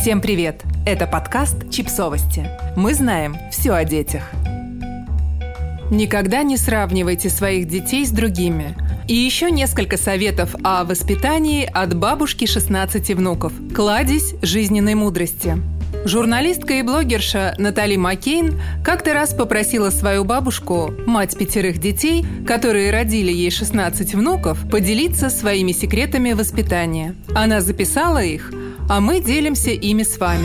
Всем привет! Это подкаст «Чипсовости». Мы знаем все о детях. Никогда не сравнивайте своих детей с другими. И еще несколько советов о воспитании от бабушки 16 внуков. Кладезь жизненной мудрости. Журналистка и блогерша Натали Маккейн как-то раз попросила свою бабушку, мать 5 детей, которые родили ей 16 внуков, поделиться своими секретами воспитания. Она записала их, а мы делимся ими с вами.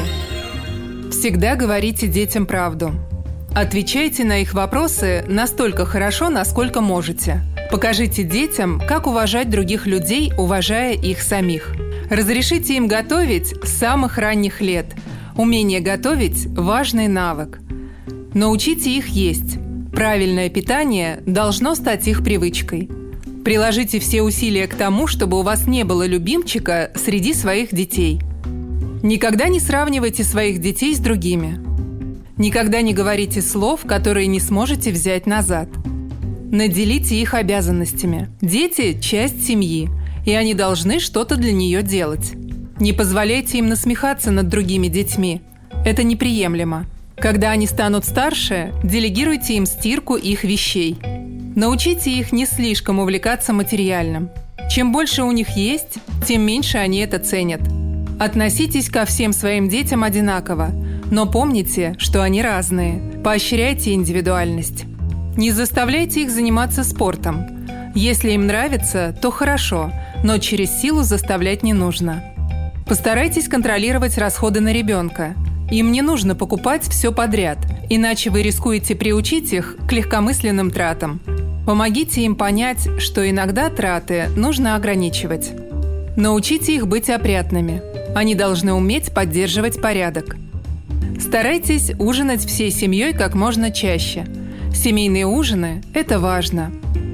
Всегда говорите детям правду. Отвечайте на их вопросы настолько хорошо, насколько можете. Покажите детям, как уважать других людей, уважая их самих. Разрешите им готовить с самых ранних лет. Умение готовить – важный навык. Научите их есть. Правильное питание должно стать их привычкой. Приложите все усилия к тому, чтобы у вас не было любимчика среди своих детей. Никогда не сравнивайте своих детей с другими. Никогда не говорите слов, которые не сможете взять назад. Наделите их обязанностями. Дети – часть семьи, и они должны что-то для нее делать. Не позволяйте им насмехаться над другими детьми. Это неприемлемо. Когда они станут старше, делегируйте им стирку их вещей. Научите их не слишком увлекаться материальным. Чем больше у них есть, тем меньше они это ценят. Относитесь ко всем своим детям одинаково, но помните, что они разные. Поощряйте индивидуальность. Не заставляйте их заниматься спортом. Если им нравится, то хорошо, но через силу заставлять не нужно. Постарайтесь контролировать расходы на ребенка. Им не нужно покупать все подряд, иначе вы рискуете приучить их к легкомысленным тратам. Помогите им понять, что иногда траты нужно ограничивать. Научите их быть опрятными. Они должны уметь поддерживать порядок. Старайтесь ужинать всей семьей как можно чаще. Семейные ужины – это важно.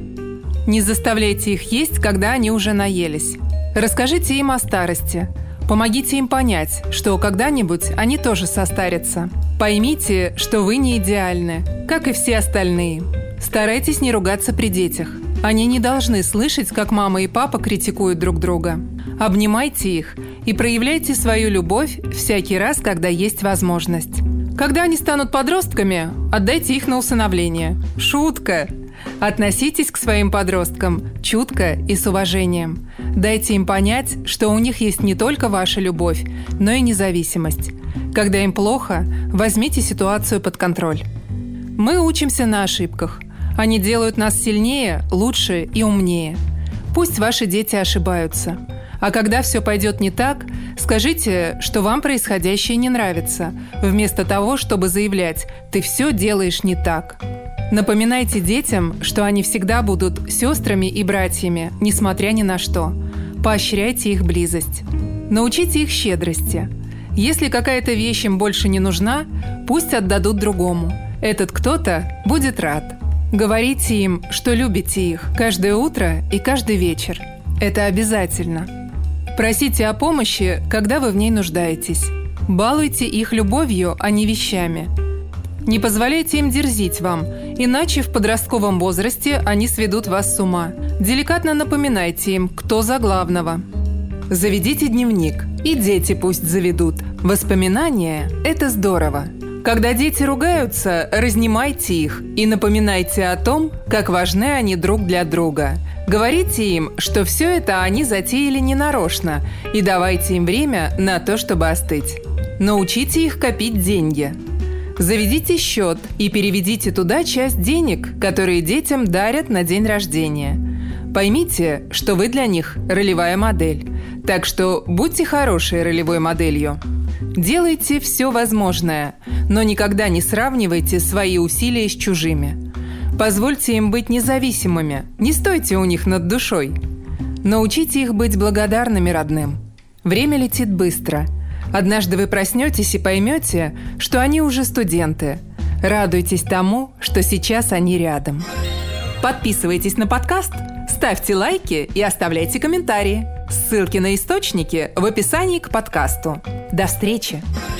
Не заставляйте их есть, когда они уже наелись. Расскажите им о старости. Помогите им понять, что когда-нибудь они тоже состарятся. Поймите, что вы не идеальны, как и все остальные. Старайтесь не ругаться при детях. Они не должны слышать, как мама и папа критикуют друг друга. Обнимайте их и проявляйте свою любовь всякий раз, когда есть возможность. Когда они станут подростками, отдайте их на усыновление. Шутка! Относитесь к своим подросткам чутко и с уважением. Дайте им понять, что у них есть не только ваша любовь, но и независимость. Когда им плохо, возьмите ситуацию под контроль. Мы учимся на ошибках. Они делают нас сильнее, лучше и умнее. Пусть ваши дети ошибаются. А когда все пойдет не так, скажите, что вам происходящее не нравится, вместо того, чтобы заявлять «ты все делаешь не так». Напоминайте детям, что они всегда будут сестрами и братьями, несмотря ни на что. Поощряйте их близость. Научите их щедрости. Если какая-то вещь им больше не нужна, пусть отдадут другому. Этот кто-то будет рад. Говорите им, что любите их каждое утро и каждый вечер. Это обязательно. Просите о помощи, когда вы в ней нуждаетесь. Балуйте их любовью, а не вещами. Не позволяйте им дерзить вам, иначе в подростковом возрасте они сведут вас с ума. Деликатно напоминайте им, кто за главного. Заведите дневник, и дети пусть заведут. Воспоминания – это здорово. Когда дети ругаются, разнимайте их и напоминайте о том, как важны они друг для друга. Говорите им, что все это они затеяли ненарочно, и давайте им время на то, чтобы остыть. Научите их копить деньги. Заведите счет и переведите туда часть денег, которые детям дарят на день рождения. Поймите, что вы для них ролевая модель. Так что будьте хорошей ролевой моделью. Делайте все возможное, но никогда не сравнивайте свои усилия с чужими. Позвольте им быть независимыми, не стойте у них над душой. Научите их быть благодарными родным. Время летит быстро. Однажды вы проснетесь и поймете, что они уже студенты. Радуйтесь тому, что сейчас они рядом. Подписывайтесь на подкаст, ставьте лайки и оставляйте комментарии. Ссылки на источники в описании к подкасту. До встречи!